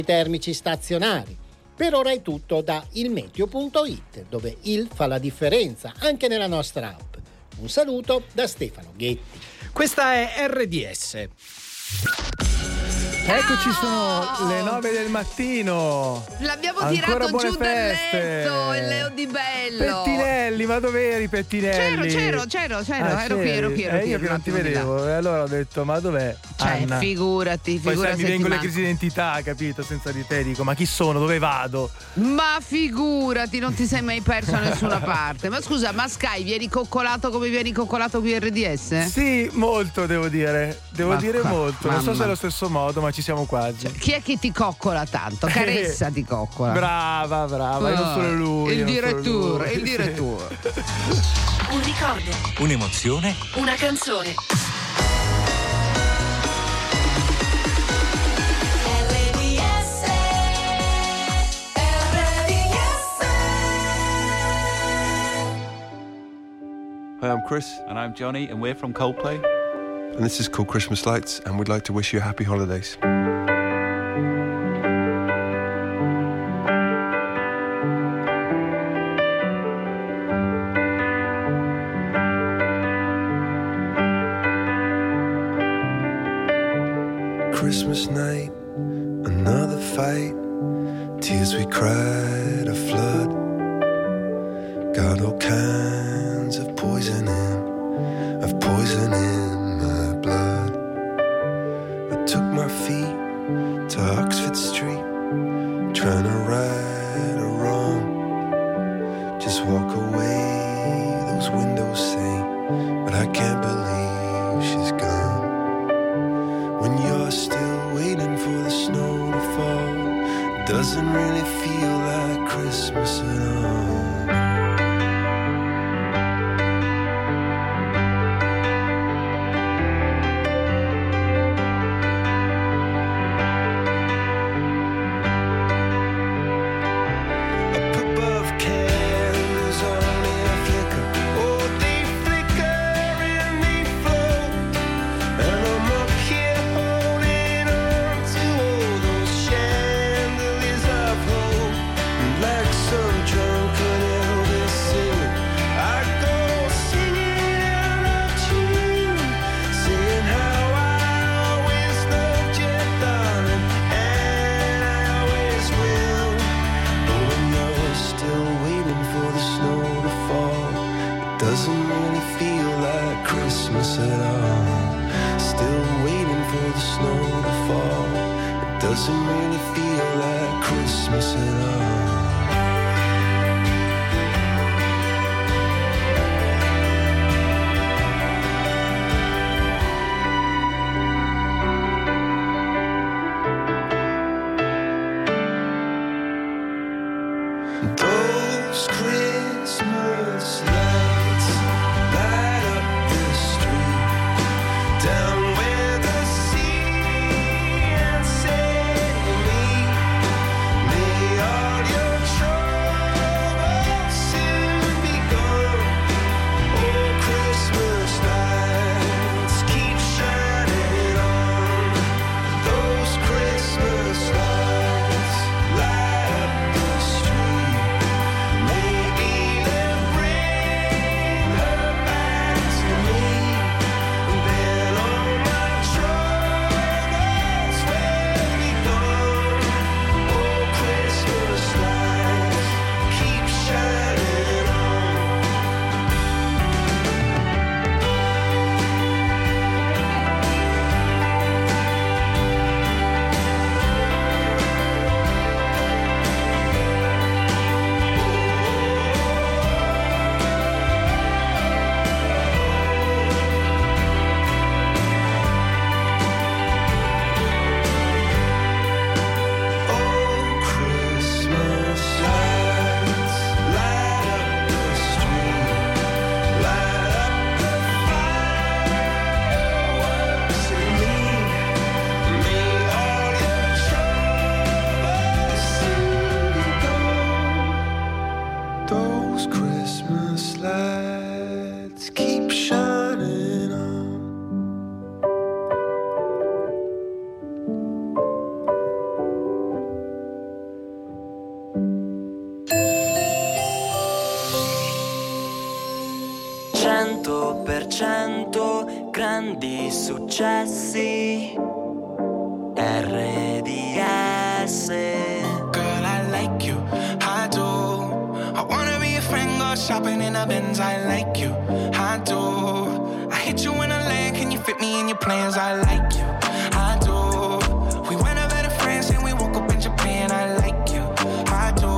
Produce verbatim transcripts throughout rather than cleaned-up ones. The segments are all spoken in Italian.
termici stazionari. Per ora è tutto da ilmeteo punto it, dove il fa la differenza anche nella nostra app. Un saluto da Stefano Ghetti. Questa è R D S. Eccoci, sono le nove del mattino. L'abbiamo Ancora tirato giù dal feste. letto, il Leo Di Bello. Pettinelli, ma dove eri Pettinelli? C'ero, c'ero, c'ero, c'ero, Ah, ero qui, ero qui, ero eh, qui. io che non ti vedevo, e allora ho detto, ma dov'è Cioè, Anna? figurati, Poi figura sai, mi se vengono ti le crisi di identità, capito? Senza di te dico, ma chi sono? Dove vado? Ma figurati, non ti sei mai perso da nessuna parte. Ma scusa, ma Sky, vieni coccolato come vieni coccolato qui R D S? Sì, molto devo dire. Devo Ma dire qua, molto. Non so mamma. se è allo stesso modo, ma ci siamo quasi. Chi è che ti coccola tanto? Caressa ti coccola. Brava, brava, e non Ah, solo lui. Il non solo direttore, lui. il direttore. Un ricordo, Un'emozione. una canzone. R D S, R D S. Hi, I'm Chris, And I'm Johnny, and we're from Coldplay. and this is called Christmas Lights, and we'd like to wish you happy holidays. Christmas night, another fight, tears we cried, a flood. Got all kinds of poison in, of poison in my blood. I took my feet to Oxford Street, trying to right a wrong. Just walk away, those windows say, but I can't believe she's gone. When you're still waiting for the snow to fall, it doesn't really feel like Christmas at all. Doesn't really feel like Christmas at all. Those Christmas lights light up the street down where the sea and say me, may all your troubles soon be gone. Oh, Christmas lights keep shining on. Those Christmas lights light up the street. May cento per cento grandi successi R D S. Girl, I like you, I do. I wanna be a friend, go shopping in a Benz. I like you, I do. I hit you in a lane, can you fit me in your plans? I like you, I do. We went over to France and we woke up in Japan. I like you, I do.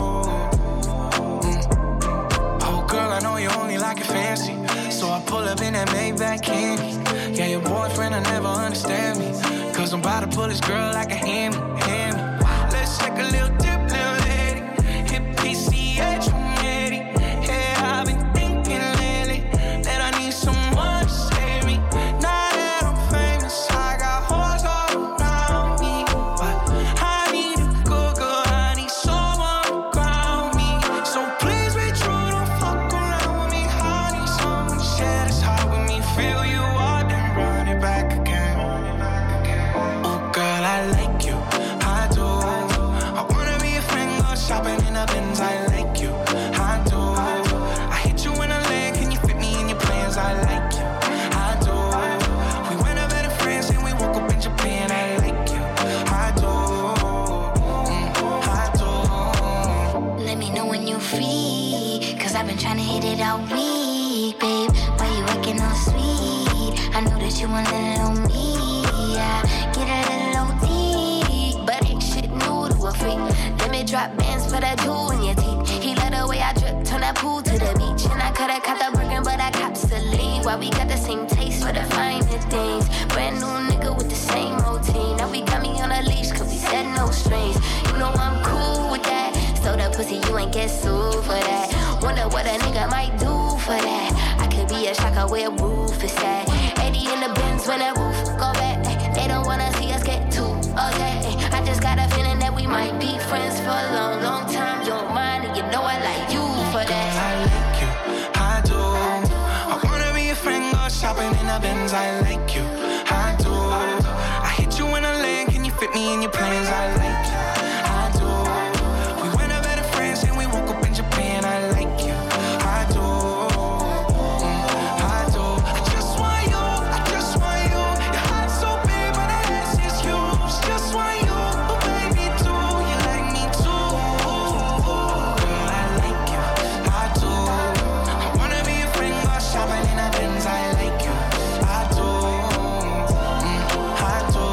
Mm. Oh girl, I know you only like it fancy, so I pull up in that Maybach candy. Yeah, your boyfriend will never understand me, cause I'm about to pull this girl like a hammy, hammy. Let's take a little dip, little lady. Hit P C H, I'm ready. Yeah, I've been thinking lately that I need someone to save me. Now that I'm famous, I got hoes all around me, but I need a good girl, I need someone to ground me. So please be true, don't fuck around with me. I need someone to share this heart with me. Feel you are, then run it back again. Oh girl, I like you, I do. I wanna be a friend, go shopping in a Benz. I like you, I do. I hit you in a lane, can you fit me in your plans? I like you, I do. We went over to France and we woke up in Japan. I like you, I do. Mm, I do. Let me know when you free, cause I've been trying to hit it all week, babe. Why you acting all sweet? I know that you want a little me, yeah. Get a little O T, but ain't shit new to a freak. Let me drop bands for that jewel in your teeth. He let the way I drip, turn that pool to the beach. And I coulda caught the Birkin, but I cops the lead. Why we got the same taste for the finer things. Brand new nigga with the same routine. Now we got me on a leash, cause we said no strings. You know I'm cool with that. So the pussy, you ain't get sued for that. Wonder what a nigga might do for that. I could be a shocker where roof is at. eighty in the Benz when the roof go back. They don't wanna see us get too okay. I just got a feeling that we might be friends for a long, long time. You don't mind, and you know I like you for that. I like you, I do. I wanna be a friend, go shopping in a Benz. I like you, I do. I hit you in a lane, can you fit me in your plans? I like you, I do. We went over to France and we woke up in Japan. I like you, I do. Mm, I do. I just want you, I just want you. Your heart's so big, but the ass is huge. Just want you, oh baby, do you like me too? Girl, I like you, I do. I wanna be a friend, go shopping in a Benz. I like you, I do. Mm, I do.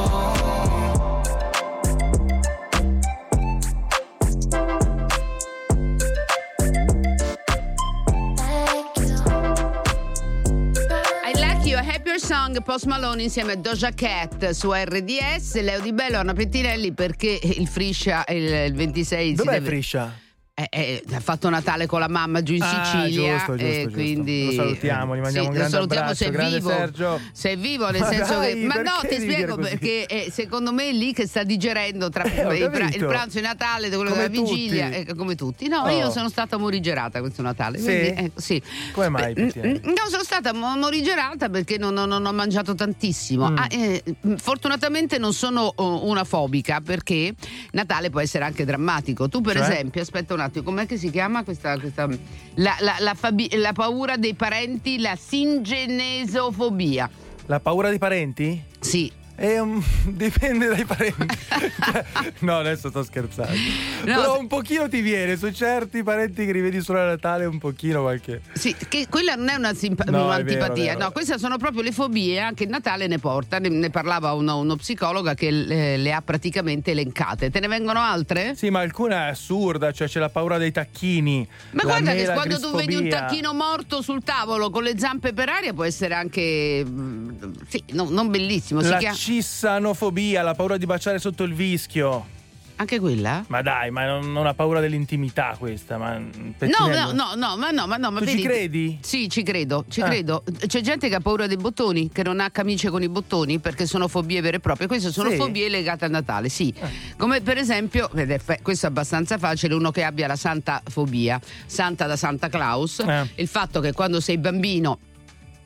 I Like You, a Happier Song, Post Malone insieme a Doja Cat su R D S. Leo Di Bello, Anna Pettinelli, perché il Friscia il, il ventisei Dov'è si deve... Friscia? Eh, eh, ha fatto Natale con la mamma giù in Ah, Sicilia, giusto, giusto, e giusto. quindi Lo salutiamo, gli mandiamo sì, un lo grande salutiamo abbraccio, se è grande vivo, Sergio. se è vivo, nel Ma senso dai, che ma no, perché ti devi spiego dire così? perché eh, secondo me è lì che sta digerendo tra Eh, ho il, pra- capito. il pranzo di Natale, quello Come della vigilia, tutti. eh, come tutti. No, Oh. io sono stata morigerata questo Natale. Sì? Quindi, eh, sì. Come mai, Beh, Pettinelli? mm, no, sono stata mo- morigerata perché non, non- non ho mangiato tantissimo. Mm. Ah, eh, fortunatamente non sono oh, una fobica, perché Natale può essere anche drammatico. Tu per Cioè? esempio, aspetta un attimo, com'è che si chiama questa, questa la, la, la, fabi- la paura dei parenti, la singenesofobia. La paura dei parenti? Sì. Eh, um, dipende dai parenti. No, adesso sto scherzando. No, Però se- un pochino ti viene su certi parenti che rivedi solo a Natale, un pochino qualche. Sì, che quella non è una simpa- No, è un'antipatia, vero, vero. no, queste sono proprio le fobie, anche il Natale ne porta, ne, ne parlava uno, uno psicologa che le, le ha praticamente elencate. Te ne vengono altre? Sì, ma alcuna è assurda, cioè c'è la paura dei tacchini. Ma la guarda che mela quando tu vedi un grisfobia. tacchino morto sul tavolo con le zampe per aria può essere anche mm, sì, no, non bellissimo, si La chiama cissanofobia, la paura di baciare sotto il vischio. anche quella? Ma dai, ma non, non ha paura dell'intimità questa, ma No, Pettinello? no, no, no, ma no, ma no, ma Tu vedi, ci credi? Sì, ci credo, ci Ah. credo. C'è gente che ha paura dei bottoni, che non ha camicie con i bottoni perché sono fobie vere e proprie. Queste sono Sì? fobie legate a Natale, sì. Come per esempio, ed è fe- questo è abbastanza facile, uno che abbia la santa fobia, santa da Santa Claus, Eh. il fatto che quando sei bambino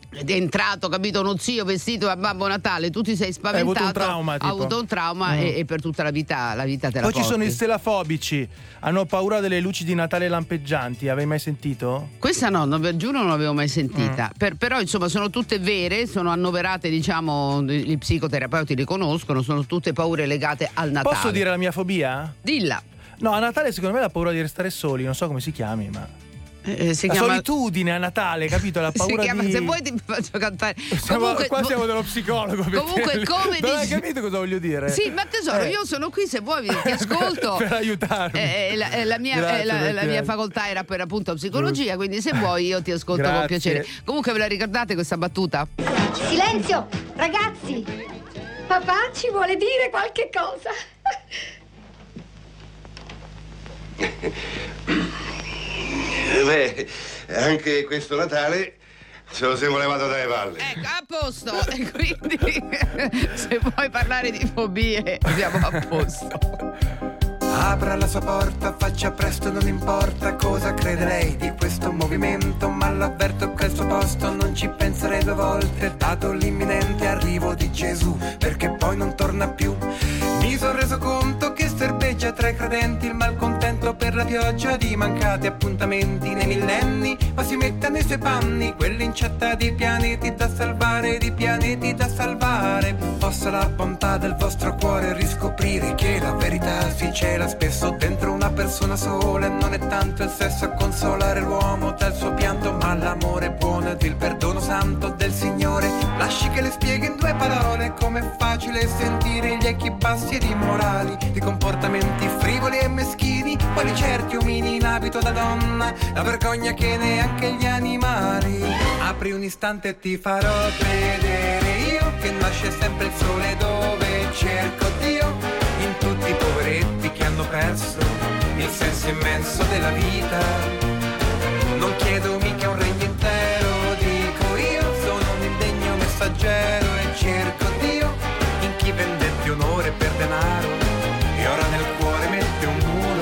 è entrato, capito, uno zio vestito da Babbo Natale, tu ti sei spaventato, hai avuto un trauma, ha tipo. avuto un trauma Mm. e, e per tutta la vita la vita te la Poi ci porti. sono i stelafobici, hanno paura delle luci di Natale lampeggianti, avevi mai sentito? Questa no, no, giuro non l'avevo mai sentita. Mm. Per- però insomma sono tutte vere, sono annoverate, diciamo, gli psicoterapeuti le conoscono, sono tutte paure legate al Natale. Posso dire la mia fobia? Dilla. No, a Natale secondo me la paura di restare soli, non so come si chiami, ma... Eh, si la chiama... solitudine a Natale, capito? La paura si chiama, di... se vuoi ti faccio cantare. Siamo, Comunque, qua siamo dello psicologo. Comunque perché- come non hai dici... capito cosa voglio dire? Sì, ma tesoro, Eh. io sono qui, se vuoi ti ascolto. Per aiutarmi. Eh, la, eh, la mia, Grazie, eh, la- la perché- mia facoltà era per appunto psicologia, quindi se vuoi io ti ascolto con Grazie. piacere. Comunque ve la ricordate questa battuta? Silenzio, ragazzi! Papà ci vuole dire qualche cosa. Beh, anche questo Natale ce lo siamo levato dalle palle. Ecco, a posto. E quindi se vuoi parlare di fobie siamo a posto. Apra la sua porta, faccia presto, non importa cosa crede lei di questo movimento, ma l'avverto che al suo posto non ci penserei due volte, dato l'imminente arrivo di Gesù, perché poi non torna più. Mi sono reso conto che serpeggia tra i credenti il malcontento per la pioggia di mancati appuntamenti nei millenni, ma si mette nei suoi panni quell'incetta di pianeti da salvare, di pianeti da salvare. Possa la bontà del vostro cuore riscoprire che la verità si cela spesso dentro una persona sola, e non è tanto il sesso a consolare l'uomo dal suo pianto, ma l'amore buono ed il perdono santo del Signore. Lasci che le spieghi in due parole com'è facile sentire gli echi bassi ed immorali di comportamenti frivoli e meschini, quali certi omini in abito da donna, la vergogna che neanche gli animali. Apri un istante e ti farò vedere io che nasce sempre il sole dove cerco Dio, in tutti i poveretti che hanno perso il senso immenso della vita. Non chiedo mica un regno intero, dico io sono un indegno messaggero e cerco Dio in chi vendette onore per denaro e ora nel cuore mette un muro.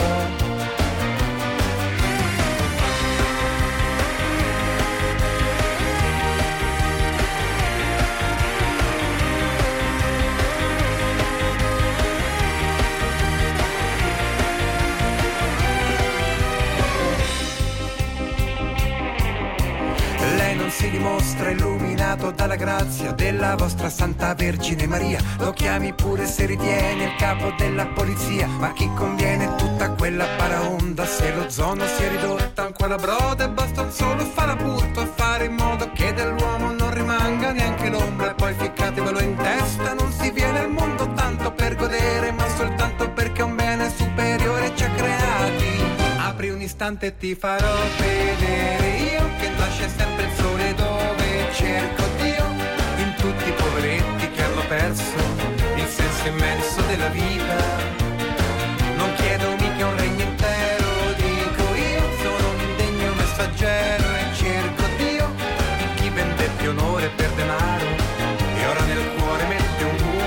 Lei non si dimostra illuminato dalla grazia della vostra Santa Vergine Maria. Lo chiami pure se ritiene il capo della polizia, ma chi conviene tutta quella paraonda se l'ozono si è ridotta a un quadrobrodo e basta un solo farapurto a fare in modo che dell'uomo non rimanga neanche l'ombra, e poi ficcatevelo in testa, non si viene al mondo tanto per godere, ma soltanto perché un bene superiore ci ha creati. Apri un istante e ti farò vedere io che nasce sempre il sole dove cerco Dio, in tutti i poveretti che hanno perso il senso immenso della vita. Non chiedo mica un regno intero, dico io sono un indegno messaggero e cerco Dio in chi vendette onore per denaro e ora nel cuore mette un muro.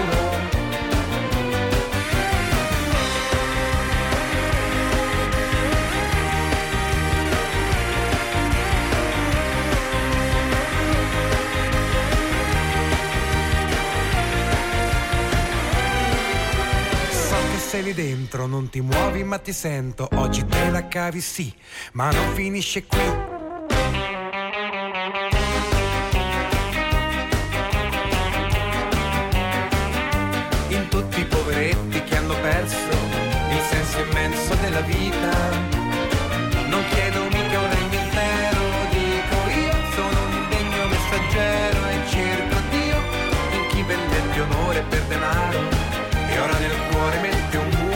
Sei lì dentro, non ti muovi ma ti sento, oggi te la cavi sì, ma non finisce qui. In tutti i poveretti che hanno perso il senso immenso della vita. Non chiedo mica un regno intero, dico io sono un indegno messaggero e cerco Dio in chi vendette onore per denaro e ora nel cuore mette un muro.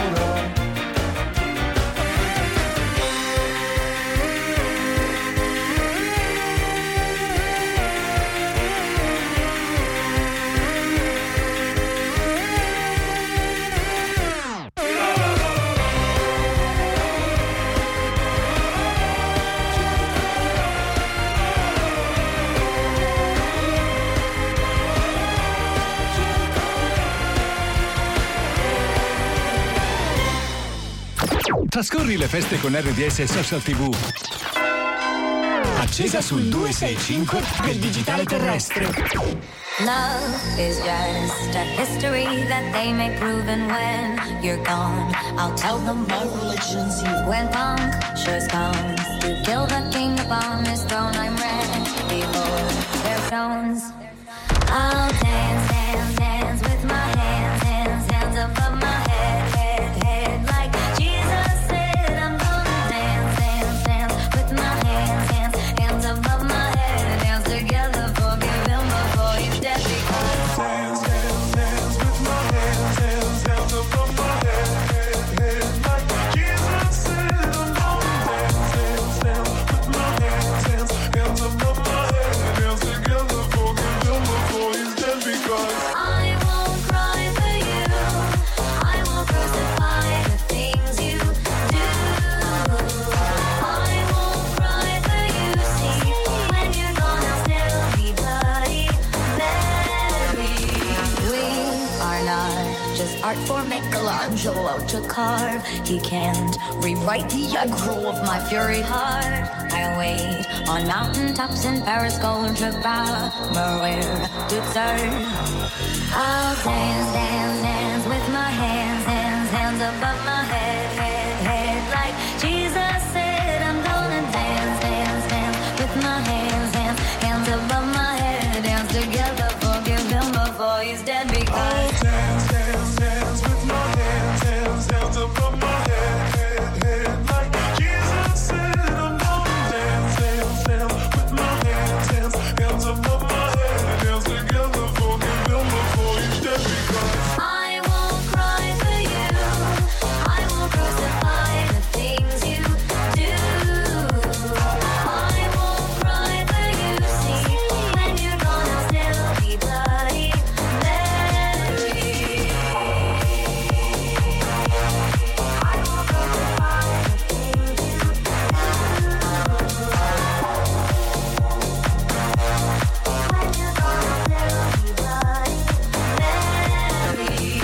Trascorri le feste con R D S e Social tivù. accesa sul due sei cinque del digitale terrestre. Love is just a history that they may prove, and when you're gone, I'll tell them my religion's you. When punctures comes to kill the king upon his throne, I'm ready for their stones. I'll dance, dance, dance with my hands, hands, hands above my head, head, head, like Jesus said. I'm gonna dance, dance, dance with my hands, hands, hands above my head, dance together, forgive him before he's dead, because dance, dance, dance with my hands, hands, hands above my head, head, head, like Jesus said. I'm gonna dance, dance, dance with my hands, hands, hands above my head, dance together, forgive him before he's dead, because I won't cry for you, I won't crucify the things you do. I won't cry for you, see, when you're gone I'll still be bloody Mary. We are not just art for Michelangelo to carve. He can't rewrite the aggro of my fury heart. I wait on mountaintops in Paris, going to Maria to turn. I'll dance, dance, dance with my hands, hands, hands above my head, head, head, like Jesus said. I'm gonna dance, dance, dance with my hands, hands, hands above my head, dance together, forgive him before he's dead, because dance, dance, dance with my hands, hands, hands above my head, head, head, like Jesus said. I'm gonna dance, dance, dance with my hands, hands, hands above my head, dance together, forgive him before he's dead, because I won't cry for you, I won't crucify the things you do. I won't cry for you, see, when you're gone I'll still be bloody Mary. I won't crucify the things you do. When you're gone I'll still be bloody Mary.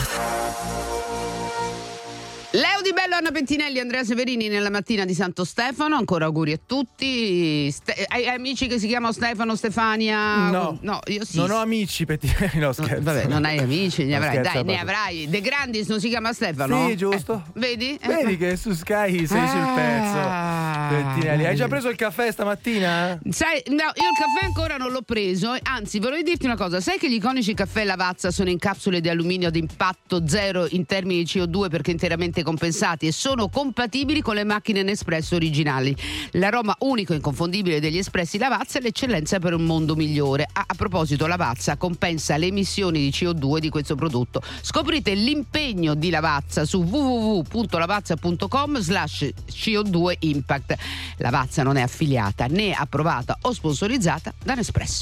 Leo Di Bello, Anna Pentinelli, Andrea Severini nella mattina di Santo Stefano. Ancora auguri a tutti. Ste- hai amici che si chiamano Stefano, Stefania? No, no, io sì. Non ho amici, Pentinelli, no, scherzo. Vabbè, non hai amici, ne No, avrai. scherzo, Dai, ne proprio. avrai. De Grandis non si chiama Stefano? Sì, giusto. Eh, vedi? Eh, Vedi che su Sky sei sul Ah. pezzo. Pentinelli, hai già preso il caffè stamattina? Sai, no, io il caffè ancora non l'ho preso, anzi vorrei dirti una cosa, sai che gli iconici caffè Lavazza sono in capsule di alluminio ad impatto zero in termini di C O due perché interamente compensati e sono compatibili con le macchine Nespresso originali. L'aroma unico e inconfondibile degli espressi Lavazza è l'eccellenza per un mondo migliore. A, a proposito, Lavazza compensa le emissioni di C O due di questo prodotto. Scoprite l'impegno di Lavazza su w w w punto lavazza punto com slash C O due impact. Lavazza non è affiliata né approvata o sponsorizzata da Nespresso.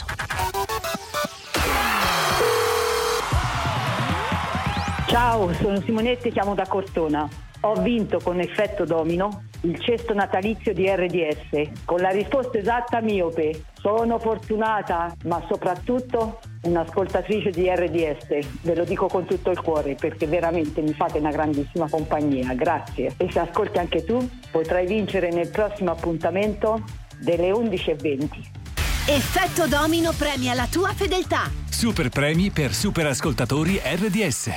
Ciao, sono Simonetta e chiamo da Cortona. Ho vinto con effetto domino il cesto natalizio di R D S con la risposta esatta miope. Sono fortunata, ma soprattutto un'ascoltatrice di R D S. Ve lo dico con tutto il cuore perché veramente mi fate una grandissima compagnia. Grazie. E se ascolti anche tu, potrai vincere nel prossimo appuntamento delle undici e venti. Effetto domino premia la tua fedeltà. Super premi per super ascoltatori R D S.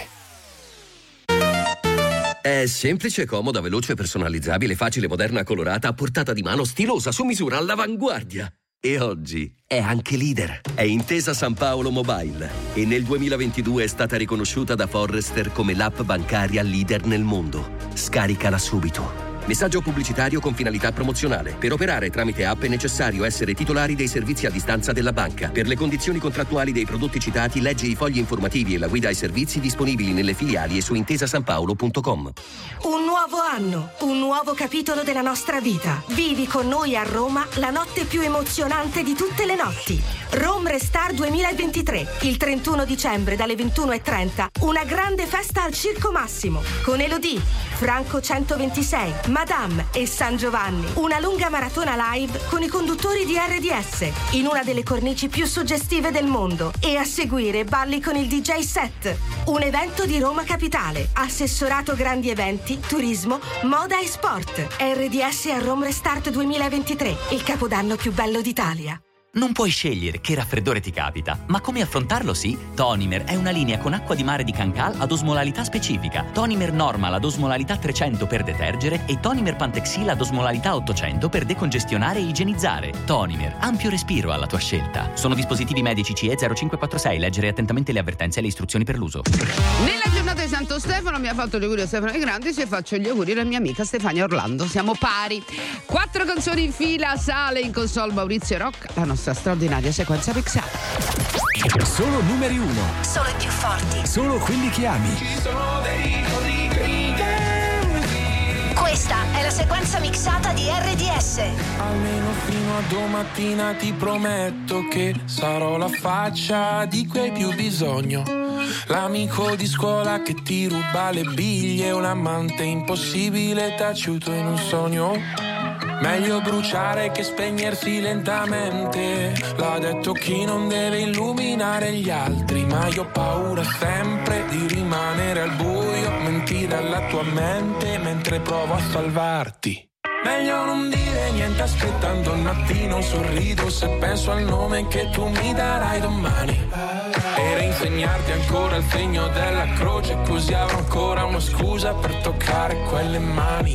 È semplice, comoda, veloce, personalizzabile, facile, moderna, colorata, a portata di mano, stilosa, su misura, all'avanguardia. E oggi è anche leader. È Intesa San Paolo Mobile e nel duemilaventidue è stata riconosciuta da Forrester come l'app bancaria leader nel mondo. Scaricala subito. Messaggio pubblicitario con finalità promozionale. Per operare tramite app è necessario essere titolari dei servizi a distanza della banca. Per le condizioni contrattuali dei prodotti citati, leggi i fogli informativi e la guida ai servizi disponibili nelle filiali e su intesa san paolo punto com. Un nuovo anno, un nuovo capitolo della nostra vita. Vivi con noi a Roma la notte più emozionante di tutte le notti. Rome Restar duemilaventitré, il trentuno dicembre dalle ventuno e trenta, una grande festa al Circo Massimo, con Elodie, Franco centoventisei, Madame e San Giovanni. Una lunga maratona live con i conduttori di R D S, in una delle cornici più suggestive del mondo. E a seguire balli con il D J set. Un evento di Roma Capitale, assessorato grandi eventi, turismo turismo, moda e sport. R D S a Rome Restart duemilaventitré, il capodanno più bello d'Italia. Non puoi scegliere che raffreddore ti capita, ma come affrontarlo sì? Tonimer è una linea con acqua di mare di Cancal ad osmolarità specifica. Tonimer Normal ad osmolarità trecento per detergere e Tonimer Pantexil ad osmolarità ottocento per decongestionare e igienizzare. Tonimer, ampio respiro alla tua scelta. Sono dispositivi medici C E zero cinque quattro sei. Leggere attentamente le avvertenze e le istruzioni per l'uso. Nella giornata di Santo Stefano mi ha fatto gli auguri a Stefano I Grandi, se faccio gli auguri alla mia amica Stefania Orlando. Siamo pari. Quattro canzoni in fila, sale in console Maurizio Rocca, la nostra straordinaria sequenza mixata. Solo numeri uno. Solo i più forti. Solo quelli che ami. Questa è la sequenza mixata di R D S. Almeno fino a domattina ti prometto che sarò la faccia di cui hai più bisogno. L'amico di scuola che ti ruba le biglie, un amante impossibile taciuto in un sogno. Meglio bruciare che spegnersi lentamente, l'ha detto chi non deve illuminare gli altri. Ma io ho paura sempre di rimanere al buio, mentire alla tua mente mentre provo a salvarti. Meglio non dire niente aspettando il mattino, sorrido se penso al nome che tu mi darai domani. E reinsegnarti ancora il segno della croce, così avrò ancora una scusa per toccare quelle mani.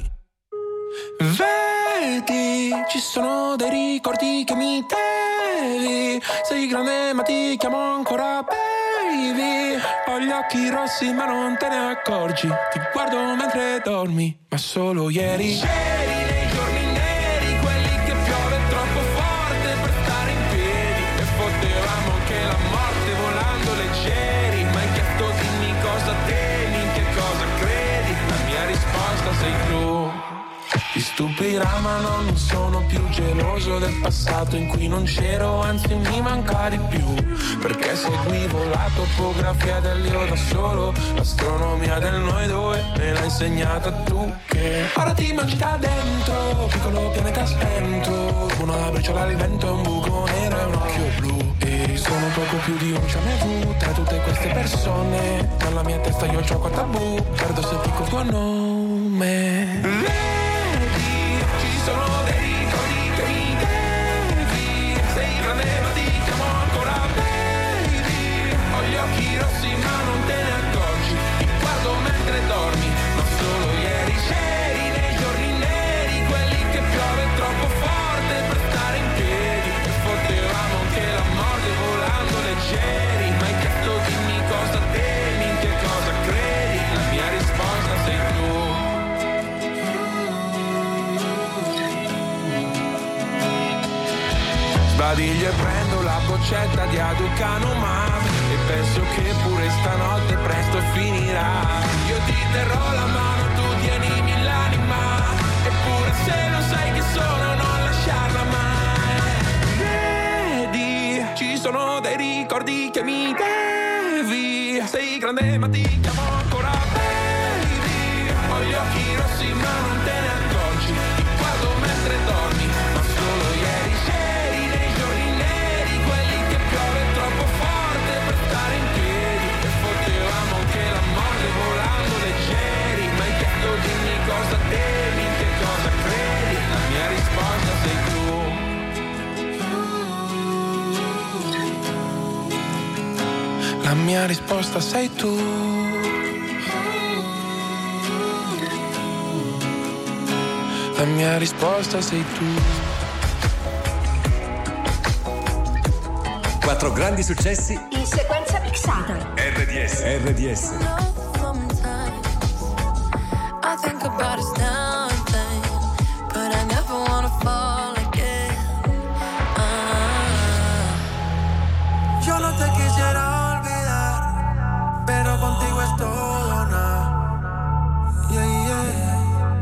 Vedi, ci sono dei ricordi che mi devi. Sei grande ma ti chiamo ancora baby. Ho gli occhi rossi ma non te ne accorgi. Ti guardo mentre dormi, ma solo ieri. C'eri nei giorni neri, quelli che piove troppo forte per stare in piedi. E potevamo anche la morte volando leggeri. Ma hai chiesto dimmi cosa temi, in che cosa credi. La mia risposta sei tu. Ti stupirà ma no, non sono più geloso del passato in cui non c'ero, anzi mi manca di più. Perché seguivo la topografia dell'io da solo, l'astronomia del noi due me l'hai insegnata tu. Che ora ti mangi da dentro, piccolo pianeta spento, una briciola al vento, un buco nero e un occhio blu. E sono poco più di un ciamevu tra tutte queste persone. Nella mia testa io c'ho quattro tabù, perdo se dico il tuo nome. Sono dei ricordi che mi devi. Sei grande ma ti chiamo ancora baby. Ho gli occhi rossi ma non te ne accorgi. Ti guardo mentre dormi, ma solo ieri c'eri nei giorni neri, quelli che piove troppo forte per stare in piedi. E potevamo anche la morte volando leggeri. Ma hai chiesto dimmi cosa temi, in che cosa credi. La mia risposta sei tu. Sbadiglio e prendo la boccetta di aducanumab e penso che pure stanotte presto finirà. Io ti terrò la mano, tu tienimi l'anima, eppure se non sai che sono non lasciarla mai. Vedi, ci sono dei ricordi che mi devi. Sei grande ma ti chiamo ancora baby. Ho gli occhi rossi ma non te ne accorgi. Ti guardo mentre dormi, ma solo ieri c'eri nei giorni neri, quelli che piove troppo forte per stare in piedi. E potevamo anche la morte volando leggeri. Ma hai chiesto dimmi cosa temi, in che cosa credi. La mia risposta sei tu. La mia risposta sei tu. La mia risposta sei tu. Quattro grandi successi In sequenza mixata. R D S. R D S. I think about us now and then, but I never wanna fall again. Ah. Yo no te quisiera olvidar, pero contigo es todo nada. Yeah, yeah.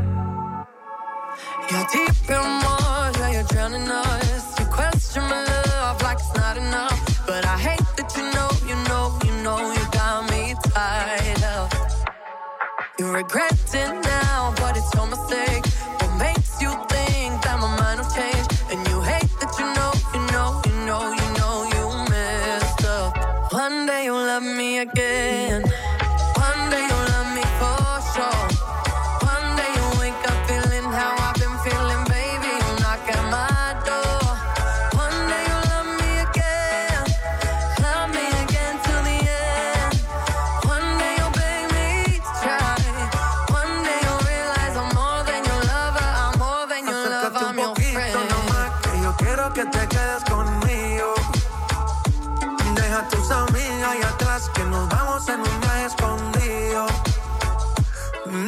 You're deep in waters where you're drowning us. You question my love like it's not enough, but I hate that you know, you know, you know you got me tied up. You regret it now, but it's your mistake. What makes you think that my mind will change? And you hate that you know, you know, you know, you know you messed up. One day you'll love me again. One day you'll love me for sure. One day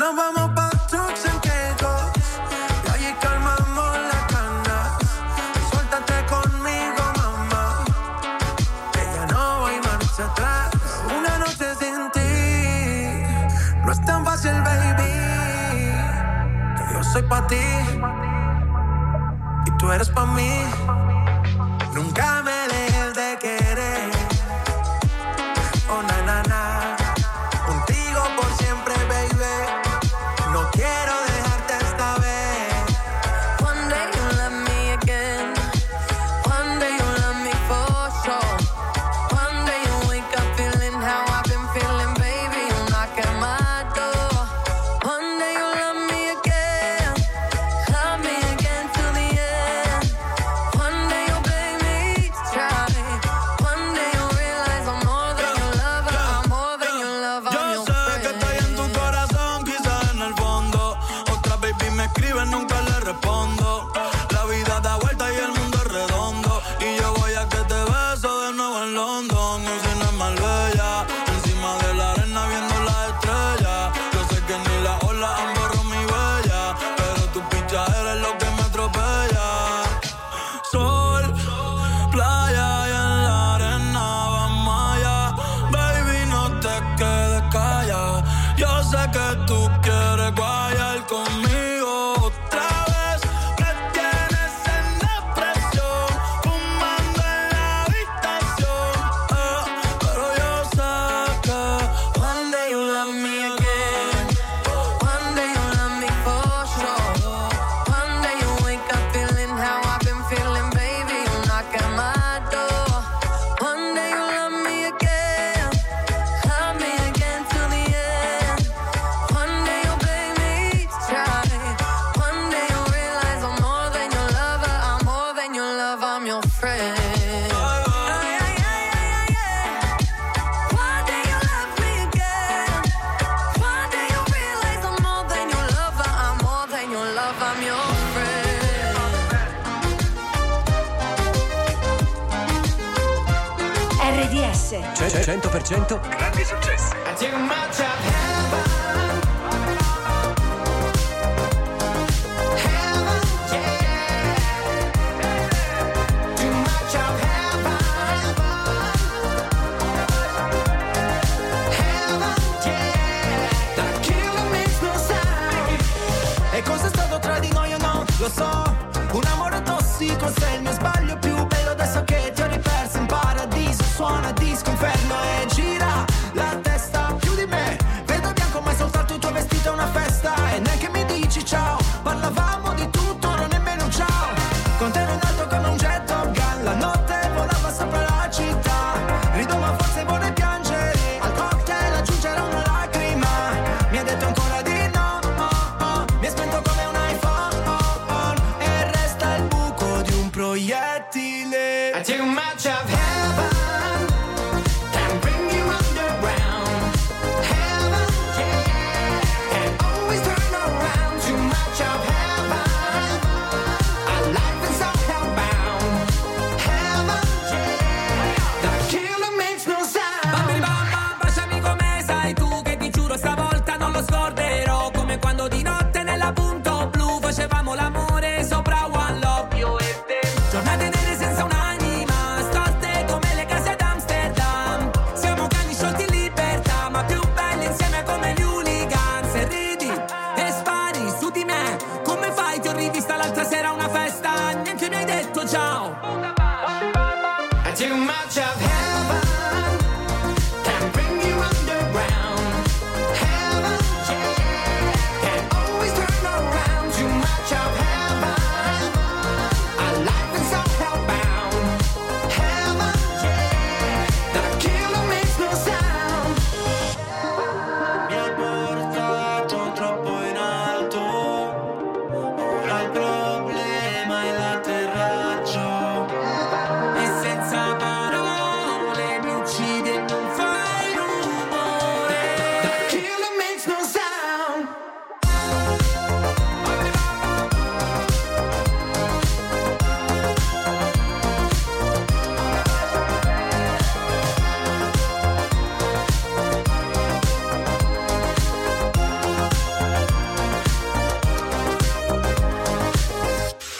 Nos vamos pa' Turks and Caicos y allí calmamos las ganas. Suéltate conmigo, mamá, que ya no hay marcha atrás. Una noche sin ti no es tan fácil, baby, que yo soy pa' ti y tú eres pa' mí. Nunca me dejes de querer. Oh, na, na, na. Contigo por siempre, baby. No quiero dejarte esta vez. One day you love me again. One day you love me for sure. One day you wake up feeling how I've been feeling, baby. You knock at my door. One day you love me again. Love me again till the end. One day you'll beg me to try. One day you'll realize I'm more than your lover. I'm more than your lover. I'm Yo your sé que estoy en tu corazón, quizás en el fondo. Otra baby me escribe, nunca le respondo. La vida da vuelta y el mundo es redondo. Y yo voy a que te beso de nuevo en London. No sé, no es Marbella. Encima de la arena viendo las estrellas. Yo sé que ni la ola han borrado mi huella, pero tu picha eres lo que me atropella. Sol, playa y en la arena vamos allá. Baby, no te quedes callada. Yo sé que tú quieres guayar conmigo otra vez. Me tienes en depresión, fumando en la habitación. eh, Pero yo sé que One day you love me again. One day you love me for sure. One day you wake up feeling how I've been feeling, baby. You knock at my door. One day you love me again. Love me again till the end. One day you'll beg me to try. One day you'll realize I'm more than your lover. I'm more than your lover. I'm your friend. One day you love me again. One day you realize I'm more than your lover. I'm more than your lover. I'm your friend. R D S cento per cento grandi successi. I take a match of heaven. Heaven, yeah. Too much of heaven. Heaven, yeah. That killer makes no sound. E cosa è stato tra di noi o no? Lo so, un amore tossico, sei il mio sbaglio più bello. Adesso che ti ho riperso in paradiso, suona disco inferno e gira la testa più di me. Vedo bianco ma è soltanto il tuo vestito è una festa. E neanche mi dici ciao, parlavamo di tutto, non nemmeno un ciao. Con te ero in alto come un jet Top Gun, la notte volava sopra la città. Rido ma forse vorrei piangere, al cocktail aggiungerò una lacrima. Mi ha detto ancora di no, oh, oh. Mi è spento come un iPhone, oh, oh. E resta il buco di un proiettile. I take a match of heaven and bring you underground. Heaven, yeah. And always turn around. Too much of heaven. Our life is so hellbound. Heaven, yeah. That killer makes no sound. Bambini mamma, baciami come sai tu, che ti giuro stavolta non lo scorderò. Come quando di notte nella punto blu facevamo l'amore sopra One Love, io e te. Giornate nere senza un'anima, stolte come le case d'Amsterdam. Siamo cani sciolti in libertà, ma più belli insieme come gli hooligans. E ridi e spari su di me, come fai? Ti ho rivista l'altra sera a una festa, neanche mi hai detto ciao. I take a match of heaven and bring you underground. Heaven, yeah. And always turn around. Too much of heaven. Our life is so hellbound. Heaven, yeah. That killer makes no sound. Mi ha portato troppo in alto. Ora il problema è l'atterraggio.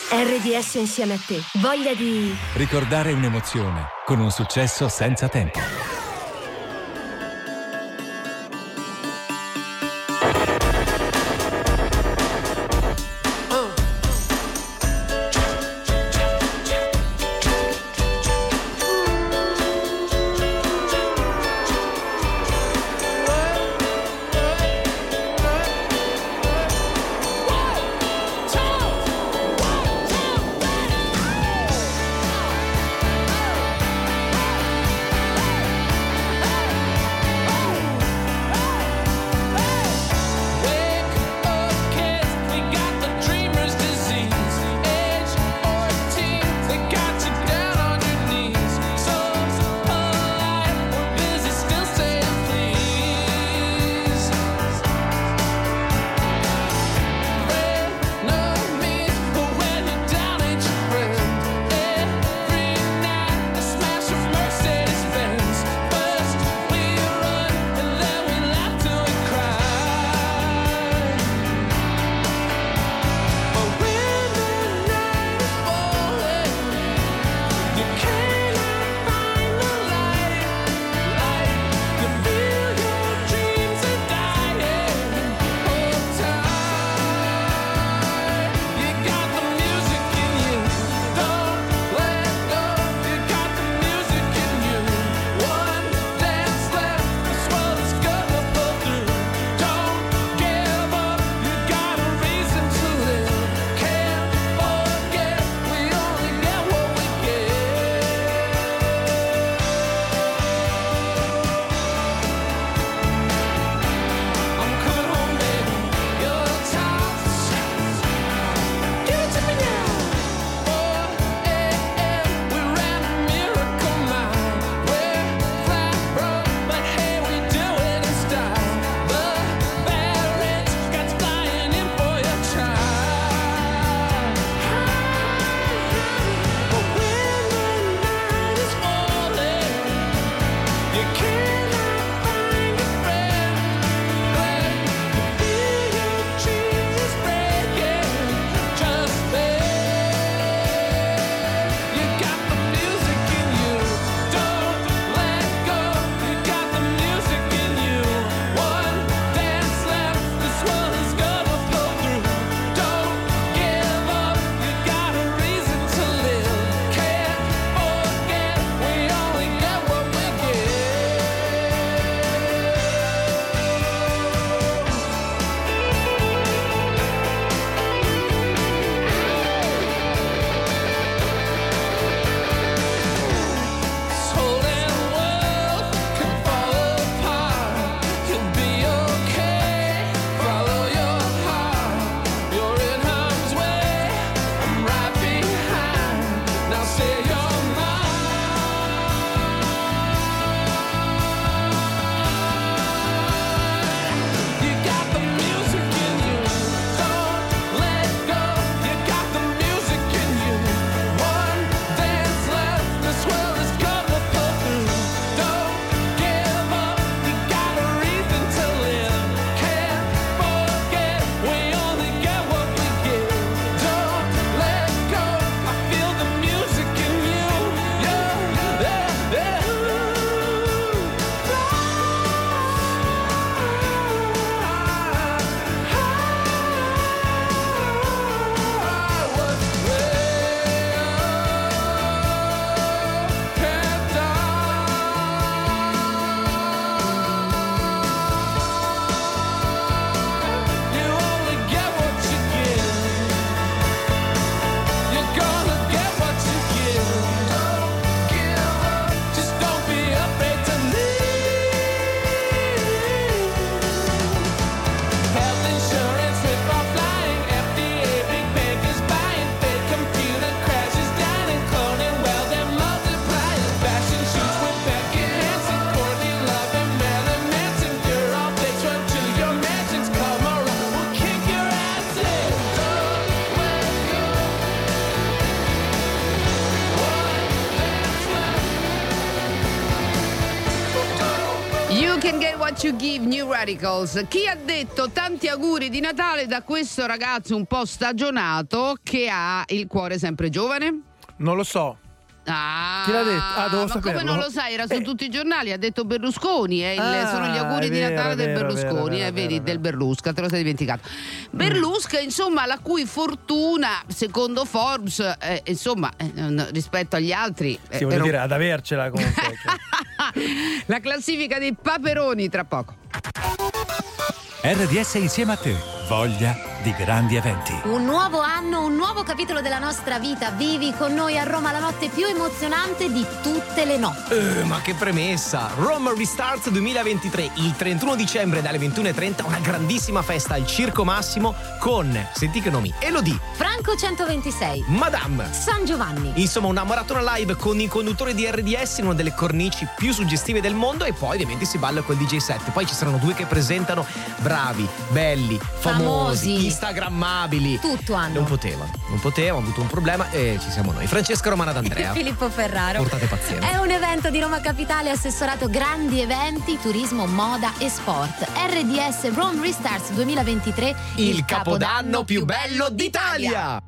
R D S insieme a te. Voglia di... Ricordare un'emozione con un successo senza tempo. One, two, What You Give, New Radicals. Chi ha detto tanti auguri di Natale da questo ragazzo un po' stagionato che ha il cuore sempre giovane? Non lo so. Ah, chi l'ha detto? Ah, devo ma saperlo. come non lo sai? Era su eh. tutti i giornali, ha detto Berlusconi, eh, il, ah, sono gli auguri di vero, Natale del vero, Berlusconi, vero, eh, vero, vedi, vero. del Berlusca, te lo sei dimenticato. Mm. Berlusca, insomma, la cui fortuna, secondo Forbes, eh, insomma, eh, rispetto agli altri... Sì, eh, voglio ero... dire, ad avercela comunque. La classifica dei paperoni tra poco. R D S insieme a te, voglia di grandi eventi. Un nuovo anno, un nuovo capitolo della nostra vita. Vivi con noi a Roma la notte più emozionante di tutte le notti. Eh, ma che premessa! Roma Restarts duemilaventitré, il trentuno dicembre dalle ventuno e trenta, una grandissima festa al Circo Massimo con, senti che nomi, Elodie, Franco centoventisei, Madame, San Giovanni. Insomma, una maratona live con i conduttori di R D S in una delle cornici più suggestive del mondo e poi ovviamente si balla col D J set. Poi ci saranno due che presentano bravi, belli, famosi, Famosi. instagrammabili. Tutto hanno. Non poteva, non poteva, ho avuto un problema e ci siamo noi. Francesca Romana D'Andrea. Filippo Ferraro. Portate pazienza. È un evento di Roma Capitale assessorato grandi eventi, turismo, moda e sport. R D S Rome Restarts duemilaventitré, il, il capodanno più bello d'Italia.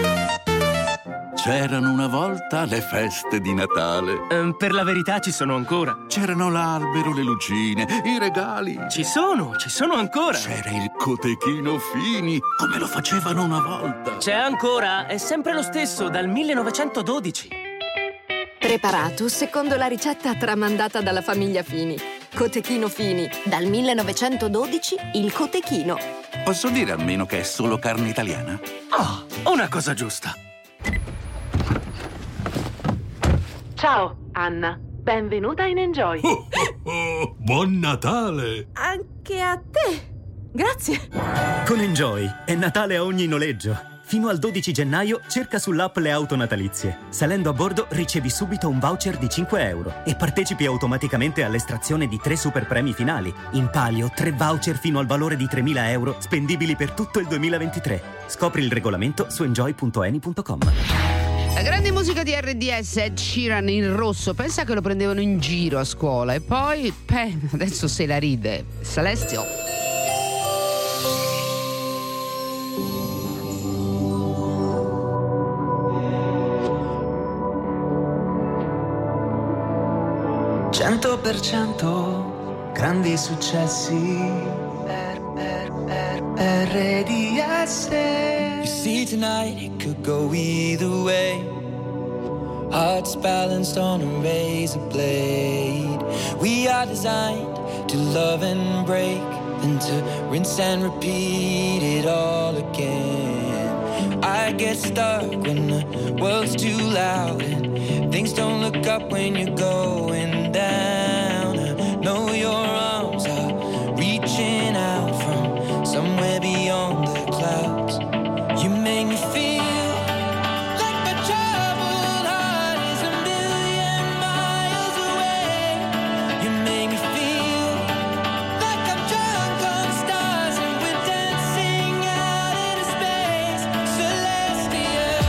C'erano una volta le feste di Natale. Um, per la verità ci sono ancora. C'erano l'albero, le lucine, i regali. Ci sono, ci sono ancora. C'era il cotechino Fini, come lo facevano una volta. C'è ancora, è sempre lo stesso, dal millenovecentododici. Preparato secondo la ricetta tramandata dalla famiglia Fini. Cotechino Fini, dal millenovecentododici il cotechino. Posso dire almeno che è solo carne italiana? Oh, una cosa giusta. Ciao, Anna. Benvenuta in Enjoy. Oh, oh, oh, buon Natale! Anche a te. Grazie. Con Enjoy è Natale a ogni noleggio. Fino al dodici gennaio cerca sull'app le auto natalizie. Salendo a bordo ricevi subito un voucher di cinque euro e partecipi automaticamente all'estrazione di tre super premi finali. In palio tre voucher fino al valore di tremila euro spendibili per tutto il duemilaventitré. Scopri il regolamento su enjoy punto eni punto com. La grande musica di R D S, Ed Sheeran in rosso, pensa che lo prendevano in giro a scuola e poi, beh, adesso se la ride. Celestial. Cento per cento grandi successi per, per, per, per R D S. You see tonight it could go either way. Hearts balanced on a razor blade. We are designed to love and break, then to rinse and repeat it all again. I get stuck when the world's too loud and things don't look up when you're going down. I know your arms are reaching out from somewhere beyond the clouds. You make me feel like my troubled heart is a million miles away. You make me feel like I'm drunk on stars and we're dancing out into space. Celestial.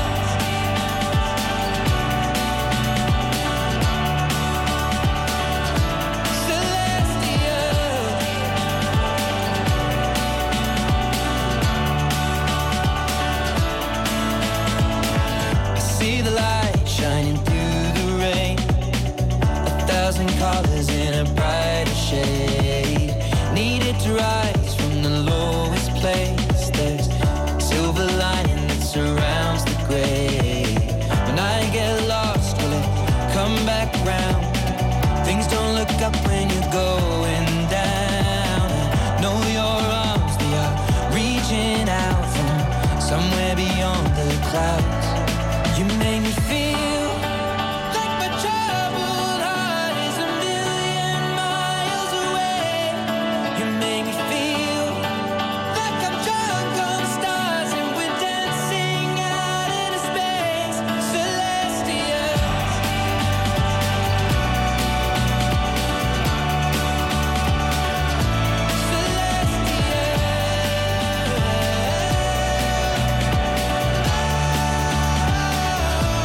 See the light shining through the rain, a thousand colors in a brighter shade. Needed to rise from the lowest place. There's silver lining that surrounds the gray. When I get lost, will it come back round? Things don't look up when you're going down. I know your arms, they are reaching out from somewhere beyond the clouds. You make me feel like my troubled heart is a million miles away. You make me feel like I'm drunk on stars and we're dancing out into space. Celestial. Celestial.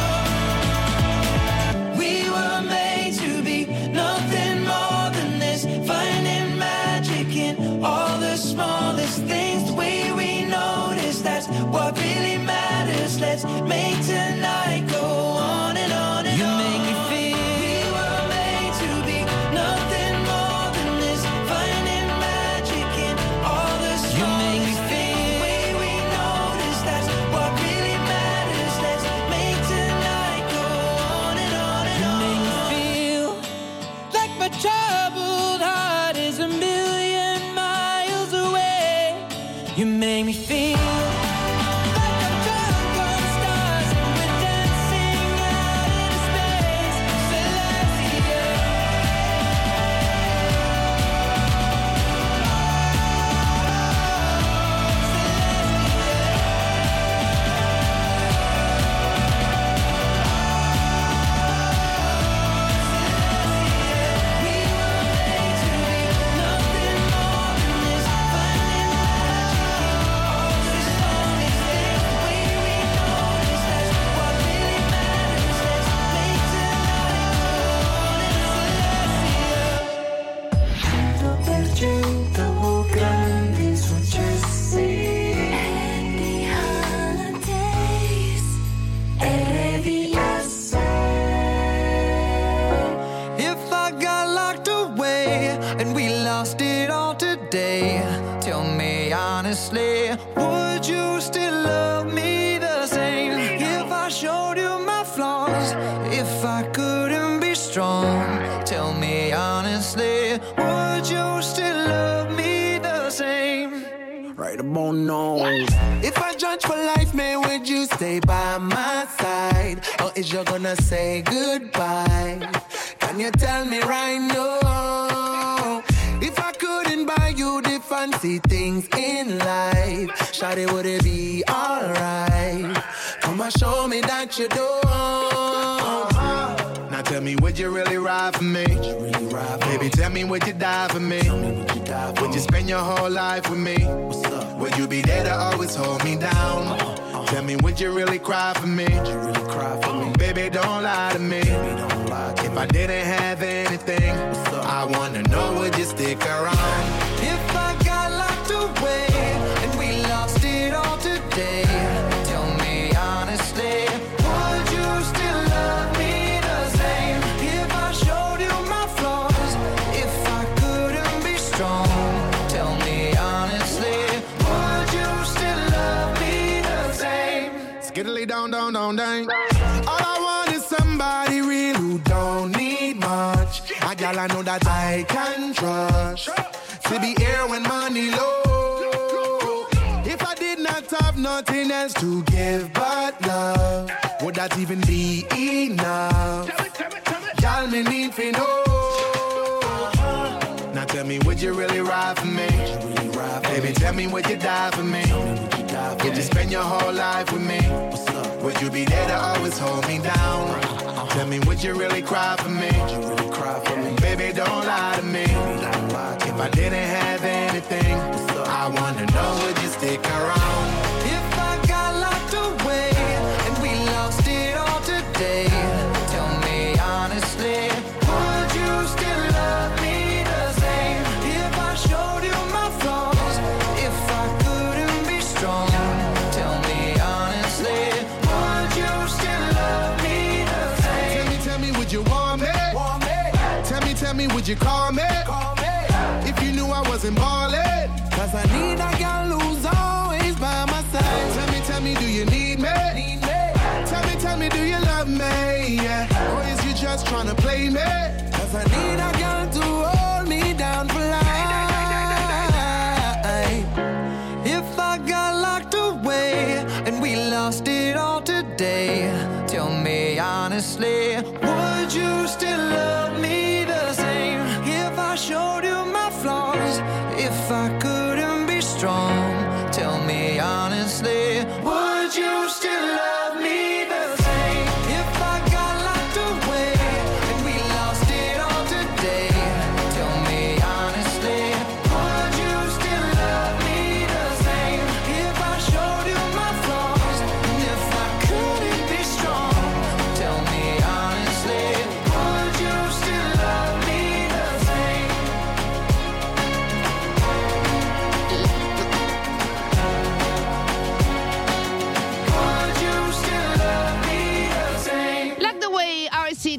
that's what really matters. Let's make tonight go on and on and on. You make me feel we were made to be nothing more than this, finding magic in all the stars. You make me feel the way we notice, that's what really matters. Let's make tonight go on and on and on. You make me feel like my troubled heart is a million miles away. You make me feel would you still love me the same if I showed you my flaws? If I couldn't be strong, tell me honestly, would you still love me the same? Right about now. If I judge for life, man, would you stay by my side? Or is you gonna say goodbye? Can you tell me right now? If I couldn't buy you the fancy things in life, shawty, would it be alright? Come and show me that you don't. Now tell me, would you really ride for me? Really ride for Baby, tell me, would you die for me? me would, you die for would you spend your whole life with me? Would you be there to always hold me down? Uh-huh. Tell me, would you really cry for me? Would you really cry for me? Baby, don't lie to me. Baby, don't lie to if me. I didn't have anything, I wanna know, would you stick around? If I got locked away and we lost it all today, tell me honestly, would you still love me the same? If I showed you my flaws, if I couldn't be strong, tell me honestly, would you still love me the same? Skiddly down, down, down, down. All I want is somebody real who don't need much. A gal I know that I can trust, to be here when money low. If I did not have nothing else to give but love, would that even be enough? Y'all me need to know. Now tell me, would you really ride for me? Baby, tell me, would you die for me? Would you spend your whole life with me? Would you be there to always hold me down? Tell me, would you really cry for me? Baby, don't lie to me. If I didn't have anything, I wanna know, would you stick around? If I got locked away and we lost it all today, tell me honestly, would you still love me the same? If I showed you my flaws, if I couldn't be strong, tell me honestly, would you still love me the same? Tell me, tell me, would you want me? Want me? Tell me, tell me, would you call me? Call me. If you knew I wasn't ballin', cause I need a girl who's always by my side. Tell me, tell me, do you need me? Need me? Tell me, tell me, do you love me? Yeah. Or is you just tryna play me? Cause I need a girl to hold me down for life. If I got locked away and we lost it all today, tell me honestly, would you still love me the same? If I showed you my flaws, if I couldn't be strong, tell me honestly, would you still love me the same? If I got locked away and we lost it all today, tell me honestly, would you still love me the same? If I showed you my flaws, and if I couldn't be strong, tell me honestly,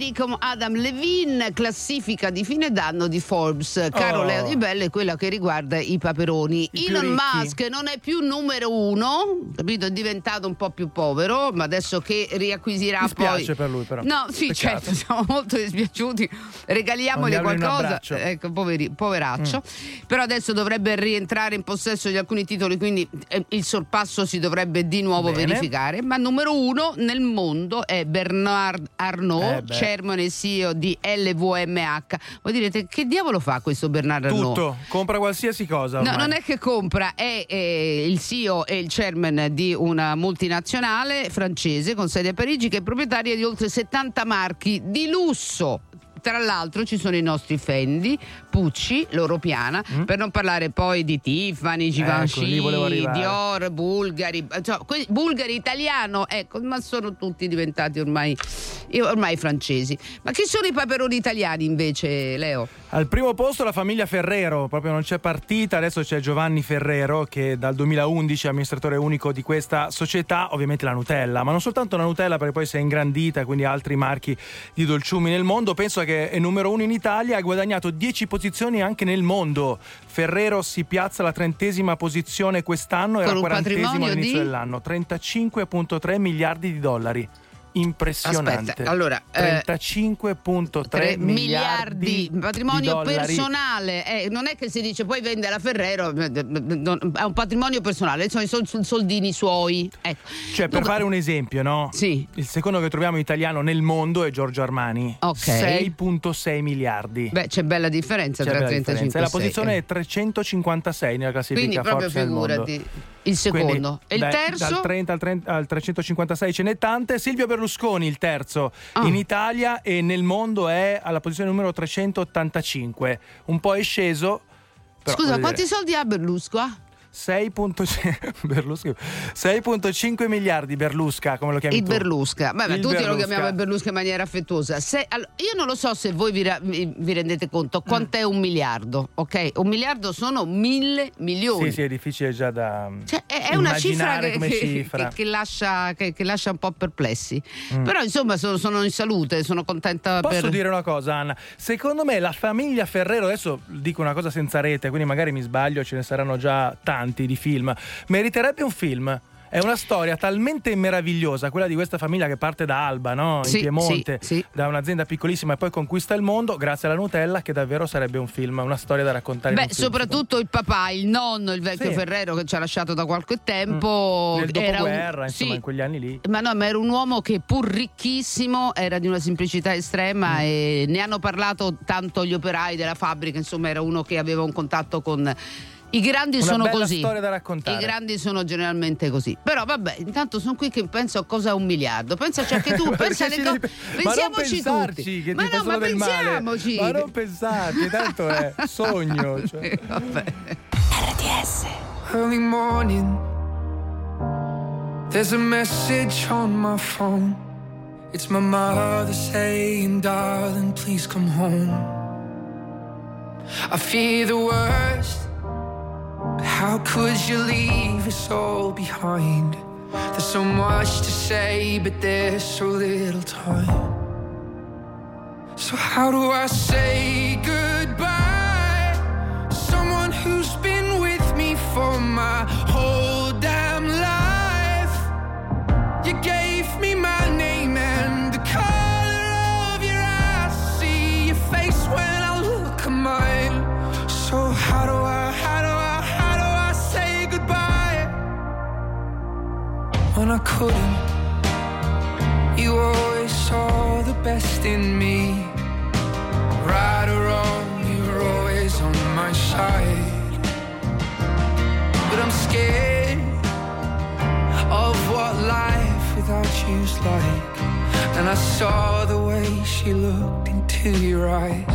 Bravi come Adam Levine, classifica di fine d'anno di Forbes. Caro Oh. Leo Di Bello, è quella che riguarda i paperoni. I Elon più ricchi. Musk non è più numero uno, capito? È diventato un po' più povero, ma adesso che riacquisirà Mi spiace poi. per lui, però. No, sì, Peccato. certo, siamo molto dispiaciuti. Regaliamogli Mandiamogli un qualcosa. abbraccio. Ecco, poveri, poveraccio. Mm. Però adesso dovrebbe rientrare in possesso di alcuni titoli, quindi eh, il sorpasso si dovrebbe di nuovo Bene. verificare. Ma numero uno nel mondo è Bernard Arnault, Eh beh. chairman e C E O di L V M H. Voi direte, che diavolo fa questo Bernard Arnault? Tutto, compra qualsiasi cosa No, ormai. non è che compra, è, è il C E O e il chairman di una multinazionale francese con sede a Parigi, che è proprietaria di oltre settanta marchi di lusso. Tra l'altro ci sono i nostri Fendi, Pucci, Loro Piana, Mm. per non parlare poi di Tiffany, Ecco, lì volevo Givenchy, arrivare. Dior, Bulgari, cioè, que- Bulgari italiano, ecco, ma sono tutti diventati ormai, ormai francesi. Ma chi sono i paperoni italiani invece, Leo? Al primo posto la famiglia Ferrero, proprio non c'è partita, adesso c'è Giovanni Ferrero che dal duemilaundici è amministratore unico di questa società, ovviamente la Nutella, ma non soltanto la Nutella, perché poi si è ingrandita, quindi altri marchi di dolciumi nel mondo. Penso che è numero uno in Italia, ha guadagnato dieci posizioni anche nel mondo. Ferrero si piazza alla trentesima posizione quest'anno, era Con un quarantesimo patrimonio all'inizio di? dell'anno, trentacinque virgola tre miliardi di dollari. Impressionante. Aspetta, allora, eh, trentacinque virgola tre tre miliardi miliardi, patrimonio di dollari. personale, eh, non è che si dice poi vende la Ferrero, eh, non- è un patrimonio personale, sono i sol- sol- soldini suoi, ecco. Cioè, per Dunque- fare un esempio, no? Sì. Il secondo che troviamo italiano nel mondo è Giorgio Armani. Ok. sei virgola sei miliardi. Beh, c'è bella differenza C'è tra bella trentacinque differenza. e E la sei, posizione eh. è trecentocinquantasei nella classifica Quindi proprio Forbes nel mondo. figurati. Il secondo. Quindi, E il beh, terzo? Dal trenta al, trenta al trecentocinquantasei ce n'è tante. Silvio Berlusconi, il terzo Ah. in Italia, e nel mondo è alla posizione numero trecentottantacinque. Un po' è sceso. però, Scusa, voglio quanti dire, soldi ha Berlusca? sei virgola cinque Berlusca sei virgola cinque miliardi Berlusca, come lo chiami Il tu? Berlusca, Beh, ma Il tutti lo Berlusca. chiamiamo il Berlusca in maniera affettuosa. Se, allo- io non lo so se voi vi, ra- vi- vi rendete conto quant'è un miliardo, ok? Un miliardo sono mille milioni. Sì, sì, è difficile già da Cioè, è è una cifra immaginare che, come che- cifra. che- che lascia, che, che lascia un po' perplessi. Mm. Però insomma sono, sono in salute, sono contenta Posso per... dire una cosa, Anna? Secondo me la famiglia Ferrero, adesso dico una cosa senza rete, quindi magari mi sbaglio, ce ne saranno già tanti di film, meriterebbe un film. È una storia talmente meravigliosa, quella di questa famiglia che parte da Alba, no? In Sì, Piemonte, sì, sì. da un'azienda piccolissima e poi conquista il mondo grazie alla Nutella, che davvero sarebbe un film, una storia da raccontare. in Beh, un film, soprattutto il papà, il nonno, il vecchio Sì. Ferrero che ci ha lasciato da qualche tempo. Nel era dopoguerra, un... insomma, sì. in quegli anni lì. Ma no, ma era un uomo che pur ricchissimo era di una semplicità estrema, e ne hanno parlato tanto gli operai della fabbrica, insomma era uno che aveva un contatto con... I grandi Una sono bella così. storia da raccontare. I grandi sono generalmente così. Però vabbè, intanto sono qui che penso a cosa è un miliardo. Pensaci anche tu, pensa Perché alle ci co- devi- ma non pensiamoci pensarci tutti. che ma ti fa no, solo ma del male. pensiamoci. Ma non pensarci, tanto è sogno. Cioè. Vabbè. R D S. Early morning, there's a message on my phone. It's my mother saying, darling, please come home. I fear the worst, but how could you leave us all behind? There's so much to say, but there's so little time. So how do I say goodbye? Someone who's been with me for my whole damn life. You gave me my name and the color of your eyes. See your face when I look at mine. So how do I, how do I, how do I say goodbye? When I couldn't, you always saw the best in me. Right or wrong, you were always on my side. But I'm scared of what life without you's like. And I saw the way she looked into your eyes.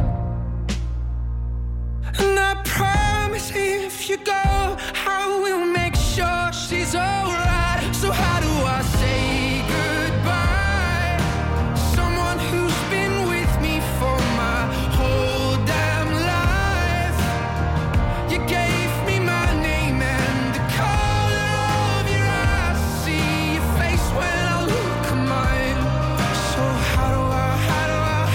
And I promise if you go, I will make sure she's alright. So how do I say goodbye? Someone who's been with me for my whole damn life. You gave me my name and the color of your eyes. See your face when I look at mine. So how do I, how do I,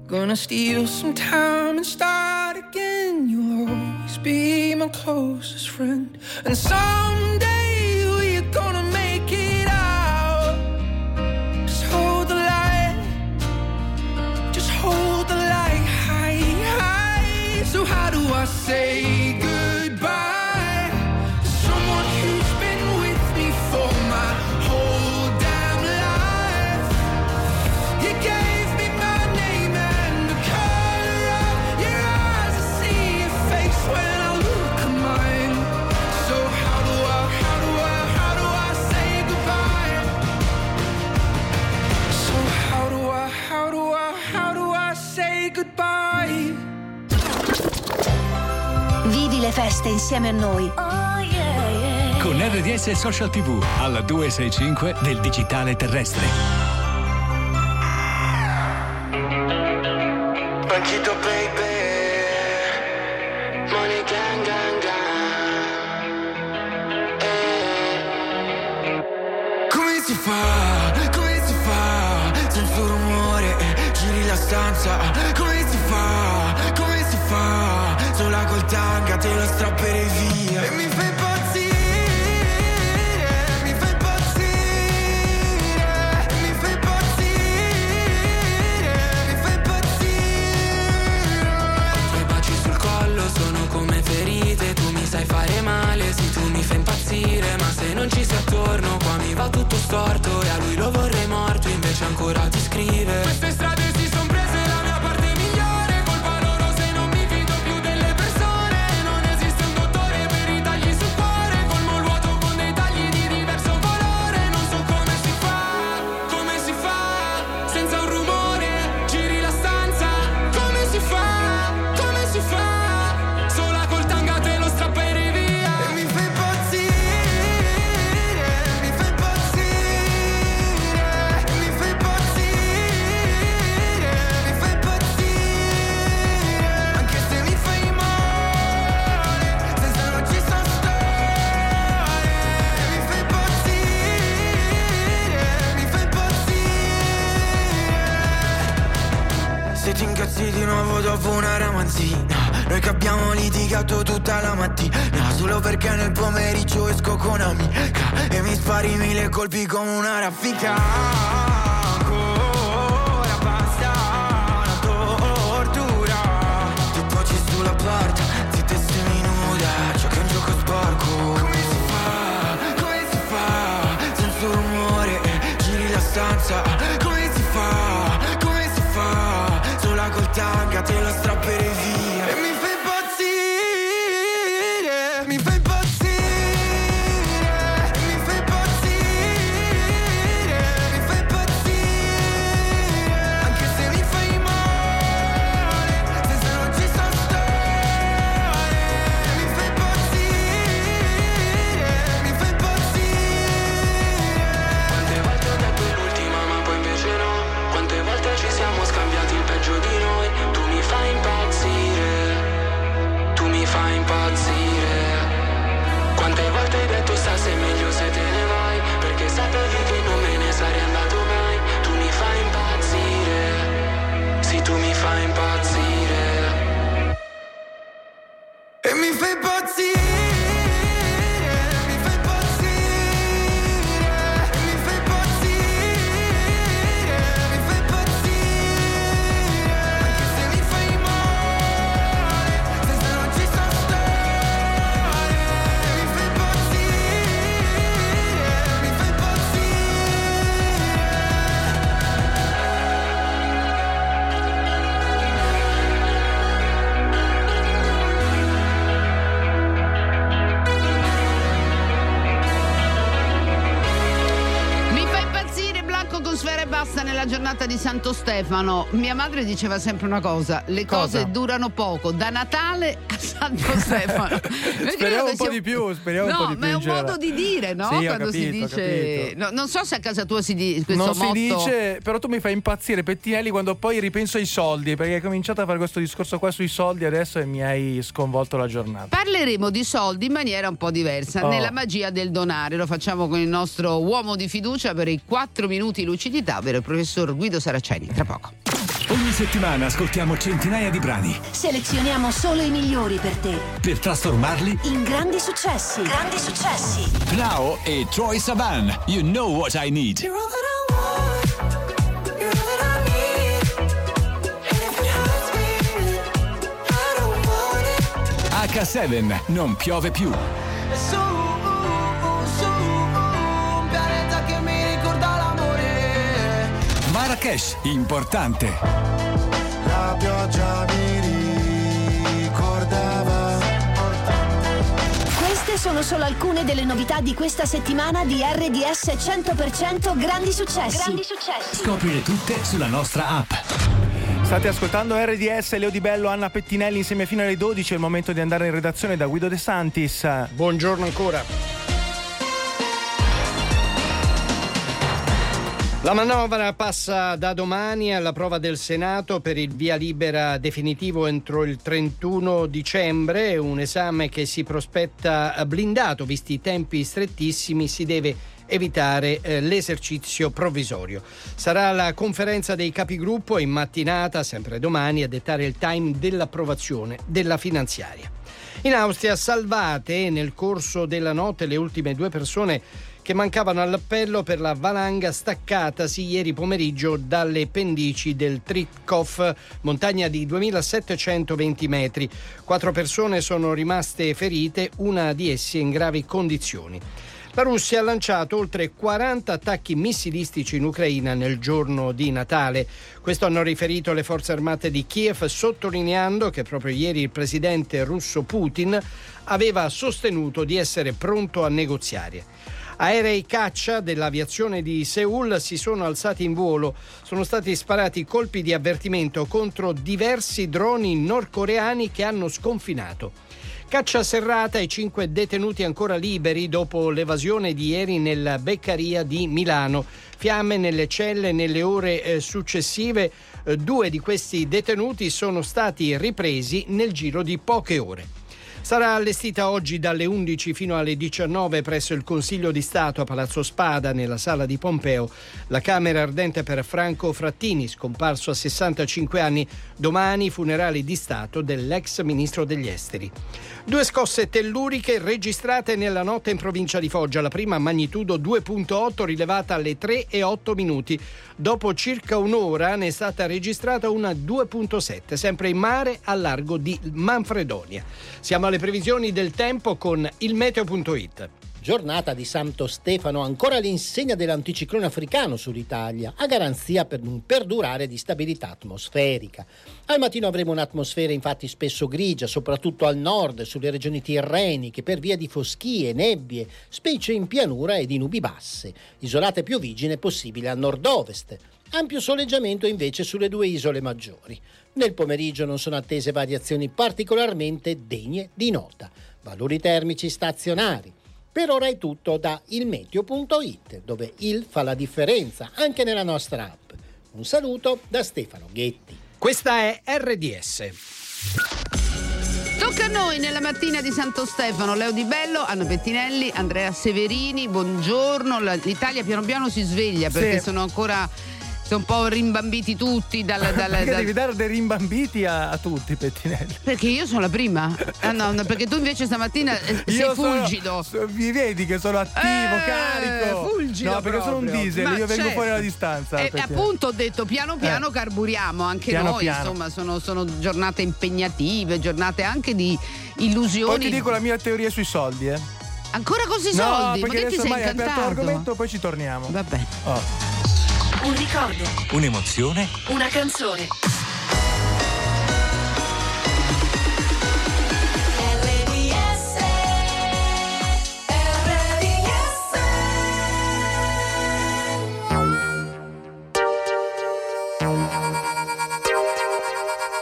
Gonna steal some time and start again. You'll always be my closest friend. And someday we're gonna make it out. Just hold the light. Just hold the light high, high. So how do I say goodbye to someone who's been with me for my whole damn life? You gave me my name and the color of your eyes. I see your face when I look at mine. So how do I, how do I, how do I say goodbye? So how do I, how do I, how do I say goodbye? Vivi le feste insieme a noi. Con R D S Social ti vu alla duecentosessantacinque del digitale terrestre. Banchito baby, money gang gang gang. Eh. Come si fa, come si fa, senza un rumore, eh, giri la stanza. Come si fa, come si fa, sola col tanga te lo strapperei via. E mi fai impazzire, mi fai impazzire, mi fai impazzire, mi fai impazzire. I tuoi baci sul collo sono come ferite, tu mi sai fare male, sì tu mi fai impazzire, ma se non ci sei attorno qua mi va tutto storto e a lui lo vorrei morto, invece ancora ti scrive. Queste strade si son prese la mia parte migliore, colpa loro se non mi fido più delle persone, non esiste un dottore per i tagli sul cuore, colmo il vuoto con dei tagli di diverso colore, non so come si fa, come si fa, senza un rumore, giri la stanza, come si fa, come si fa, sola col tanga te lo strapperei via. E mi fai impazzire, mi fai impazzire, mi fai impazzire, mi fai impazzire, anche se mi fai male, senza non ci so stare, mi fai impazzire, mi fai impazzire. Se ti incazzi di nuovo dopo una ramanzina, noi che abbiamo litigato tutta la mattina, solo perché nel pomeriggio esco con amica e mi spari mille colpi come una raffica. Ancora basta una tortura, ti poggi sulla porta, zitta e seminuda, gioca un gioco sporco. Come si fa, come si fa, senza un rumore, eh, giri la stanza. Come si fa, come si fa, sola col tanga te lo strapperei via. E mi fai impazzire, mi fai impazzire, mi fai impazzire, mi fai impazzire, anche se mi fai male, senza non ci so stare, mi fai impazzire, mi fai impazzire. Quante volte ho detto l'ultima ma poi invece no, quante volte ci siamo scambiati il peggio di noi. Tu mi fai impazzire, tu mi fai impazzire. Quante volte hai detto stasera è meglio se te ne vai, perché sapevi che non me ne sarei andato mai. Tu mi fai impazzire, sì tu mi fai impazzire. E mi fai impazzire, mi fai impazzire, mi fai impazzire, mi fai impazzire, anche se mi fai male, senza non ci so stare, mi fai impazzire, mi fai Mi fa impazzire Blanco con Sfera e Basta nella giornata di Santo Stefano. Mia madre diceva sempre una cosa: le cose Cosa? durano poco, da Natale a Santo Stefano. Speriamo un po' di più, speriamo no, un po' di più ma è in un generale. modo di dire, no? Sì, ho Quando si capito, ho dice. capito. No, non so se a casa tua si dice questo Non motto. si dice, però tu mi fai impazzire, Pettinelli, quando poi ripenso ai soldi, perché hai cominciato a fare questo discorso qua sui soldi adesso e mi hai sconvolto la giornata. Parleremo di soldi in maniera un po' diversa, Oh. nella magia del donare. Lo facciamo con il nostro uomo di fiducia per i quattro minuti lucidità, ovvero il professor Guido Saraceni. Tra poco. Ogni settimana ascoltiamo centinaia di brani Selezioniamo solo i migliori per te, per trasformarli in grandi successi. Grandi successi. Plau e Troye Sivan, You Know What I Need. You're all that I want, you're all that I need. And if it hurts me, I don't want it. acca sette, Non piove più. Su, su, un pianeta che mi ricorda l'amore. Marrakesh, Importante. La pioggia mi ricordava. Queste sono solo alcune delle novità di questa settimana di R D S cento per cento Grandi Successi. Grandi Successi. Scoprile tutte sulla nostra app. State ascoltando R D S, Leo Di Bello, Anna Pettinelli insieme fino alle dodici. È il momento di andare in redazione da Guido De Santis. Buongiorno ancora. La manovra passa da domani alla prova del Senato per il via libera definitivo entro il trentuno dicembre, un esame che si prospetta blindato, visti i tempi strettissimi, si deve evitare eh, l'esercizio provvisorio. Sarà la conferenza dei capigruppo in mattinata, sempre domani, a dettare il time dell'approvazione della finanziaria. In Austria salvate nel corso della notte le ultime due persone che mancavano all'appello per la valanga staccatasi ieri pomeriggio dalle pendici del Treptow, montagna di duemilasettecentoventi metri. Quattro persone sono rimaste ferite, una di esse in gravi condizioni. La Russia ha lanciato oltre quaranta attacchi missilistici in Ucraina nel giorno di Natale. Questo hanno riferito le forze armate di Kiev, sottolineando che proprio ieri il presidente russo Putin aveva sostenuto di essere pronto a negoziare. Aerei caccia dell'aviazione di Seoul si sono alzati in volo. Sono stati sparati colpi di avvertimento contro diversi droni nordcoreani che hanno sconfinato. Caccia serrata ai cinque detenuti ancora liberi dopo l'evasione di ieri nella Beccaria di Milano. Fiamme nelle celle nelle ore eh, successive. Eh, due di questi detenuti sono stati ripresi nel giro di poche ore. Sarà allestita oggi dalle undici fino alle diciannove presso il Consiglio di Stato a Palazzo Spada, nella Sala di Pompeo, la camera ardente per Franco Frattini, scomparso a sessantacinque anni. Domani funerali di Stato dell'ex ministro degli esteri. Due scosse telluriche registrate nella notte in provincia di Foggia, la prima magnitudo due virgola otto rilevata alle tre e otto minuti. Dopo circa un'ora ne è stata registrata una due virgola sette, sempre in mare al largo di Manfredonia. Siamo alle previsioni del tempo con il meteo punto it. Giornata di Santo Stefano, ancora all'insegna dell'anticiclone africano sull'Italia, a garanzia per un perdurare di stabilità atmosferica. Al mattino avremo un'atmosfera infatti spesso grigia, soprattutto al nord, sulle regioni tirreniche, per via di foschie, nebbie, specie in pianura e di nubi basse. Isolate piovigine possibili al nord-ovest. Ampio soleggiamento invece sulle due isole maggiori. Nel pomeriggio non sono attese variazioni particolarmente degne di nota. Valori termici stazionari. Per ora è tutto da il meteo punto it, dove il fa la differenza anche nella nostra app. Un saluto da Stefano Ghetti. Questa è R D S. Tocca a noi nella mattina di Santo Stefano. Leo Di Bello, Anna Pettinelli, Andrea Severini, buongiorno. L'Italia piano piano si sveglia perché Sì. sono ancora... sono un po' rimbambiti tutti dal, dal, perché dal... devi dare dei rimbambiti a, a tutti, Pettinelli. Perché io sono la prima? Ah, no, no, perché tu invece stamattina eh, sei Io fulgido. Sono, mi vedi che sono attivo, Eh, carico. fulgido No, perché sono un proprio. diesel, Ma io vengo certo. fuori alla distanza. E Pettinelli. appunto ho detto piano piano Eh. carburiamo anche Piano noi, piano. insomma, sono, sono giornate impegnative, giornate anche di illusioni. Poi ti dico la mia teoria sui soldi, eh. Ancora così No, soldi? Ma perché che ti adesso sei ormai hai aperto incantato? l'argomento, poi ci torniamo. Vabbè. Oh. Un ricordo, Un'emozione. una canzone.